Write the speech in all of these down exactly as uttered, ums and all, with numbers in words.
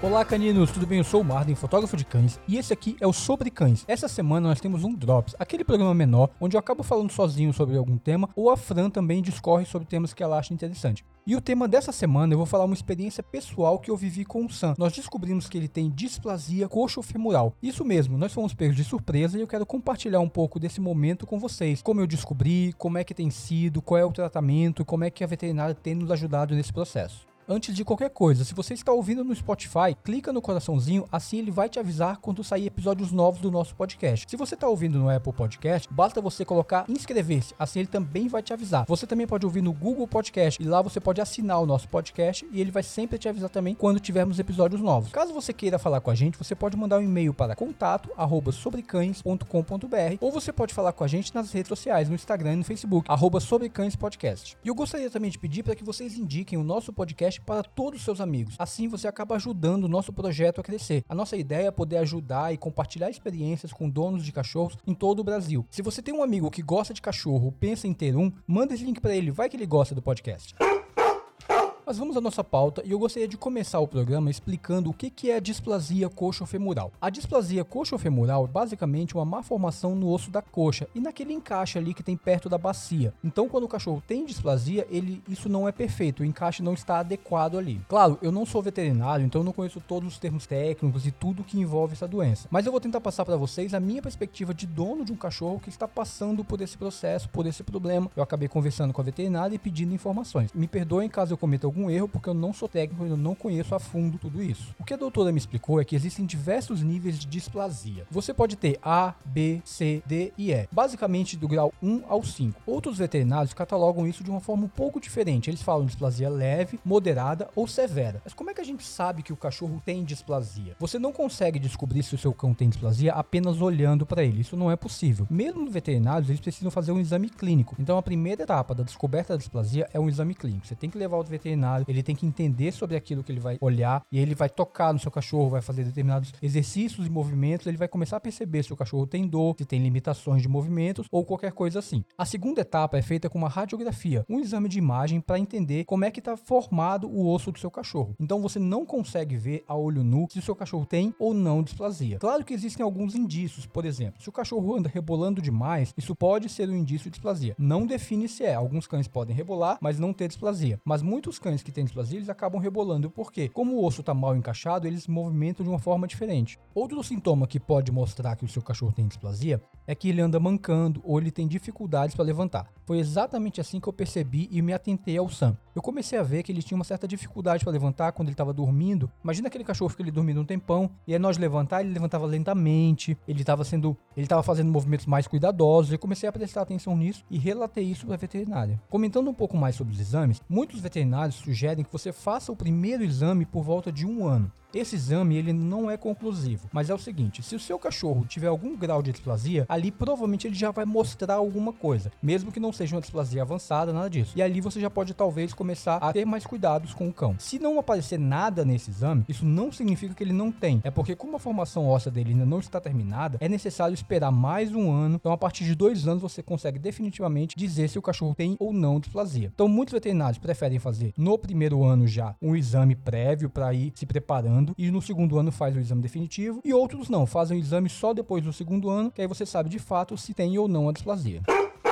Olá caninos, tudo bem? Eu sou o Marden, fotógrafo de cães, e esse aqui é o Sobre Cães. Essa semana nós temos um Drops, aquele programa menor, onde eu acabo falando sozinho sobre algum tema, ou a Fran também discorre sobre temas que ela acha interessante. E o tema dessa semana eu vou falar uma experiência pessoal que eu vivi com o Sam. Nós descobrimos que ele tem displasia coxofemoral. Isso mesmo, nós fomos pegos de surpresa e eu quero compartilhar um pouco desse momento com vocês. Como eu descobri, como é que tem sido, qual é o tratamento, como é que a veterinária tem nos ajudado nesse processo. Antes de qualquer coisa, se você está ouvindo no Spotify, clica no coraçãozinho, assim ele vai te avisar quando sair episódios novos do nosso podcast. Se você está ouvindo no Apple Podcast, basta você colocar inscrever-se, assim ele também vai te avisar. Você também pode ouvir no Google Podcast e lá você pode assinar o nosso podcast e ele vai sempre te avisar também quando tivermos episódios novos. Caso você queira falar com a gente, você pode mandar um e-mail para contato arroba sobrecães ponto com ponto br ou você pode falar com a gente nas redes sociais, no Instagram e no Facebook, arroba sobrecãespodcast. E eu gostaria também de pedir para que vocês indiquem o nosso podcast para todos os seus amigos. Assim você acaba ajudando o nosso projeto a crescer. A nossa ideia é poder ajudar e compartilhar experiências com donos de cachorros em todo o Brasil. Se você tem um amigo que gosta de cachorro ou pensa em ter um, manda esse link para ele, vai que ele gosta do podcast. Mas vamos à nossa pauta e eu gostaria de começar o programa explicando o que é a displasia coxofemoral. A displasia coxofemoral é basicamente uma malformação no osso da coxa e naquele encaixe ali que tem perto da bacia. Então quando o cachorro tem displasia, ele, isso não é perfeito, o encaixe não está adequado ali. Claro, eu não sou veterinário, então eu não conheço todos os termos técnicos e tudo que envolve essa doença. Mas eu vou tentar passar para vocês a minha perspectiva de dono de um cachorro que está passando por esse processo, por esse problema. Eu acabei conversando com a veterinária e pedindo informações. Me perdoem caso eu cometa algum erro, porque eu não sou técnico e eu não conheço a fundo tudo isso. O que a doutora me explicou é que existem diversos níveis de displasia. Você pode ter A, B, C, D e E, basicamente do grau um ao cinco. Outros veterinários catalogam isso de uma forma um pouco diferente. Eles falam displasia leve, moderada ou severa. Mas como é que a gente sabe que o cachorro tem displasia? Você não consegue descobrir se o seu cão tem displasia apenas olhando para ele. Isso não é possível. Mesmo nos veterinários, eles precisam fazer um exame clínico. Então a primeira etapa da descoberta da displasia é um exame clínico. Você tem que levar o veterinário, ele tem que entender sobre aquilo que ele vai olhar e ele vai tocar no seu cachorro, vai fazer determinados exercícios e movimentos, ele vai começar a perceber se o cachorro tem dor, se tem limitações de movimentos ou qualquer coisa assim. A segunda etapa é feita com uma radiografia, um exame de imagem para entender como é que está formado o osso do seu cachorro. Então você não consegue ver a olho nu se o seu cachorro tem ou não displasia. Claro que existem alguns indícios, por exemplo, se o cachorro anda rebolando demais, isso pode ser um indício de displasia. Não define se é, alguns cães podem rebolar, mas não ter displasia. Mas muitos cães que têm displasia, eles acabam rebolando, porque como o osso está mal encaixado, eles se movimentam de uma forma diferente. Outro sintoma que pode mostrar que o seu cachorro tem displasia é que ele anda mancando ou ele tem dificuldades para levantar. Foi exatamente assim que eu percebi e me atentei ao Sam. Eu comecei a ver que ele tinha uma certa dificuldade para levantar quando ele estava dormindo. Imagina aquele cachorro que ele dormindo um tempão e aí nós levantar, ele levantava lentamente, ele estava sendo, ele estava fazendo movimentos mais cuidadosos. Eu comecei a prestar atenção nisso e relatei isso para a veterinária. Comentando um pouco mais sobre os exames, muitos veterinários sugerem que você faça o primeiro exame por volta de um ano. Esse exame ele não é conclusivo, mas é o seguinte, se o seu cachorro tiver algum grau de displasia, ali provavelmente ele já vai mostrar alguma coisa, mesmo que não seja uma displasia avançada, nada disso. E ali você já pode talvez começar a ter mais cuidados com o cão. Se não aparecer nada nesse exame, isso não significa que ele não tem, é porque como a formação óssea dele ainda não está terminada, é necessário esperar mais um ano, então a partir de dois anos você consegue definitivamente dizer se o cachorro tem ou não displasia. Então muitos veterinários preferem fazer no primeiro ano já um exame prévio para ir se preparando e no segundo ano faz o exame definitivo e outros não, fazem o exame só depois do segundo ano, que aí você sabe de fato se tem ou não a displasia.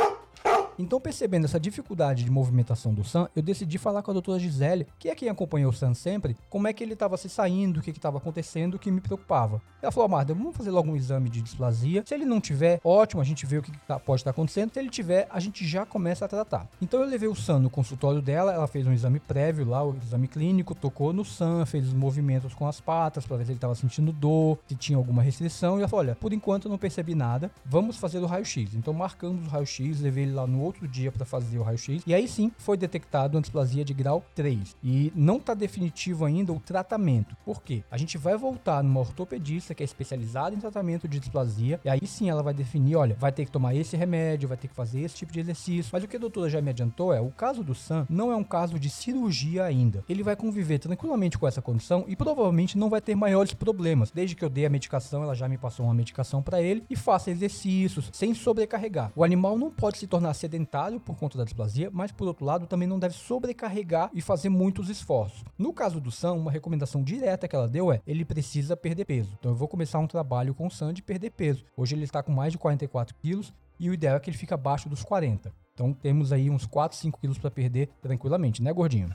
Então, percebendo essa dificuldade de movimentação do Sam, eu decidi falar com a doutora Gisele, que é quem acompanhou o Sam sempre, como é que ele estava se saindo, o que estava acontecendo, o que me preocupava. Ela falou, Marta, vamos fazer logo um exame de displasia. Se ele não tiver, ótimo, a gente vê o que tá, pode estar acontecendo. Se ele tiver, a gente já começa a tratar. Então, eu levei o Sam no consultório dela, ela fez um exame prévio lá, o exame clínico, tocou no Sam, fez os movimentos com as patas para ver se ele estava sentindo dor, se tinha alguma restrição. E ela falou, olha, por enquanto eu não percebi nada, vamos fazer o raio-x. Então, marcamos o raio-x, levei ele lá no outro dia para fazer o raio-x e aí sim foi detectado uma displasia de grau três e não está definitivo ainda o tratamento. Por quê? A gente vai voltar numa ortopedista que é especializada em tratamento de displasia e aí sim ela vai definir, olha, vai ter que tomar esse remédio, vai ter que fazer esse tipo de exercício. Mas o que a doutora já me adiantou é, o caso do Sam não é um caso de cirurgia ainda. Ele vai conviver tranquilamente com essa condição e provavelmente não vai ter maiores problemas. Desde que eu dei a medicação, ela já me passou uma medicação para ele e faça exercícios sem sobrecarregar. O animal não pode se tornar sedentário sedentário por conta da displasia, mas por outro lado também não deve sobrecarregar e fazer muitos esforços. No caso do Sam, uma recomendação direta que ela deu é, ele precisa perder peso. Então eu vou começar um trabalho com o Sam de perder peso. Hoje ele está com mais de quarenta e quatro quilos e o ideal é que ele fique abaixo dos quarenta. Então temos aí uns quatro, cinco quilos para perder tranquilamente, né, gordinho?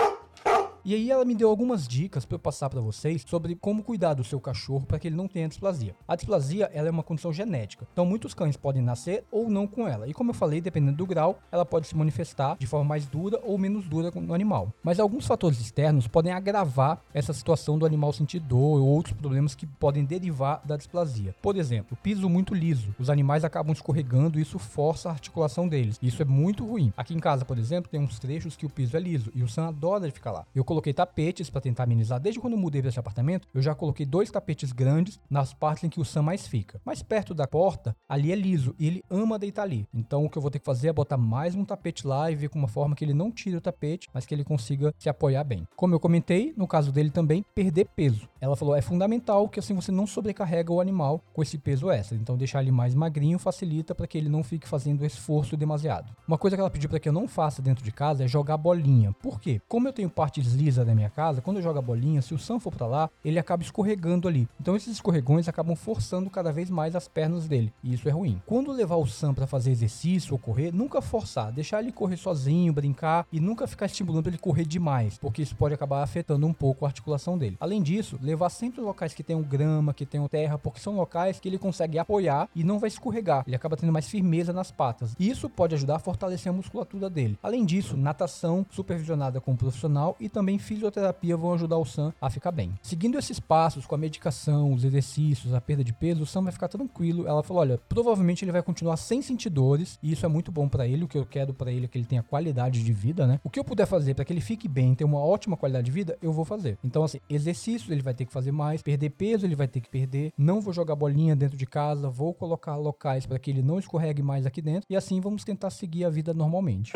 E aí ela me deu algumas dicas para eu passar para vocês sobre como cuidar do seu cachorro para que ele não tenha displasia. A displasia, ela é uma condição genética, então muitos cães podem nascer ou não com ela. E como eu falei, dependendo do grau, ela pode se manifestar de forma mais dura ou menos dura no animal. Mas alguns fatores externos podem agravar essa situação do animal sentir dor ou outros problemas que podem derivar da displasia. Por exemplo, piso muito liso. Os animais acabam escorregando e isso força a articulação deles. Isso é muito ruim. Aqui em casa, por exemplo, tem uns trechos que o piso é liso e o Sam adora ficar lá. Eu coloquei tapetes para tentar amenizar. Desde quando eu mudei para esse apartamento, eu já coloquei dois tapetes grandes nas partes em que o Sam mais fica. Mais perto da porta, ali é liso e ele ama deitar ali. Então o que eu vou ter que fazer é botar mais um tapete lá e ver com uma forma que ele não tire o tapete, mas que ele consiga se apoiar bem. Como eu comentei, no caso dele também, perder peso. Ela falou, é fundamental que assim você não sobrecarrega o animal com esse peso extra. Então deixar ele mais magrinho facilita para que ele não fique fazendo esforço demasiado. Uma coisa que ela pediu para que eu não faça dentro de casa é jogar bolinha. Por quê? Como eu tenho partes lisas da minha casa, quando eu jogo a bolinha, se o Sam for pra lá, ele acaba escorregando ali. Então esses escorregões acabam forçando cada vez mais as pernas dele, e isso é ruim. Quando levar o Sam pra fazer exercício ou correr, nunca forçar, deixar ele correr sozinho, brincar, e nunca ficar estimulando ele correr demais, porque isso pode acabar afetando um pouco a articulação dele. Além disso, levar sempre locais que tenham grama, que tenham terra, porque são locais que ele consegue apoiar e não vai escorregar, ele acaba tendo mais firmeza nas patas, e isso pode ajudar a fortalecer a musculatura dele. Além disso, natação supervisionada com um profissional e também fisioterapia vão ajudar o Sam a ficar bem. Seguindo esses passos com a medicação, os exercícios, a perda de peso, o Sam vai ficar tranquilo. Ela falou, olha, provavelmente ele vai continuar sem sentir dores e isso é muito bom pra ele. O que eu quero pra ele é que ele tenha qualidade de vida, né? O que eu puder fazer pra que ele fique bem, ter uma ótima qualidade de vida, eu vou fazer. Então assim, exercícios ele vai ter que fazer mais, perder peso ele vai ter que perder, não vou jogar bolinha dentro de casa, vou colocar locais pra que ele não escorregue mais aqui dentro e assim vamos tentar seguir a vida normalmente.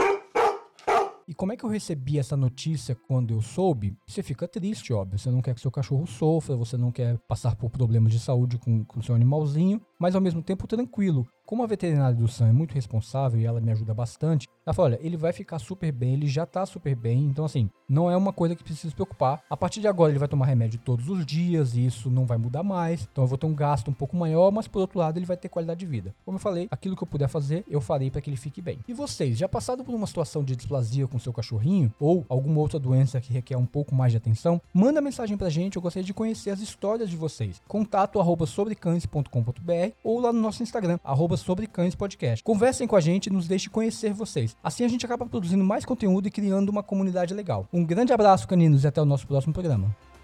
E como é que eu recebi essa notícia quando eu soube? Você fica triste, óbvio. Você não quer que seu cachorro sofra, você não quer passar por problemas de saúde com o seu animalzinho, mas ao mesmo tempo tranquilo. Como a veterinária do Sam é muito responsável e ela me ajuda bastante, ela fala, olha, ele vai ficar super bem, ele já tá super bem, então assim, não é uma coisa que precisa se preocupar. A partir de agora ele vai tomar remédio todos os dias e isso não vai mudar mais, então eu vou ter um gasto um pouco maior, mas por outro lado ele vai ter qualidade de vida. Como eu falei, aquilo que eu puder fazer, eu farei para que ele fique bem. E vocês, já passaram por uma situação de displasia com seu cachorrinho ou alguma outra doença que requer um pouco mais de atenção? Manda mensagem pra gente, eu gostaria de conhecer as histórias de vocês. Contato arroba sobrecães ponto com ponto br ou lá no nosso Instagram, arroba Sobre Cães Podcast. Conversem com a gente e nos deixe conhecer vocês. Assim a gente acaba produzindo mais conteúdo e criando uma comunidade legal. Um grande abraço, caninos, e até o nosso próximo programa.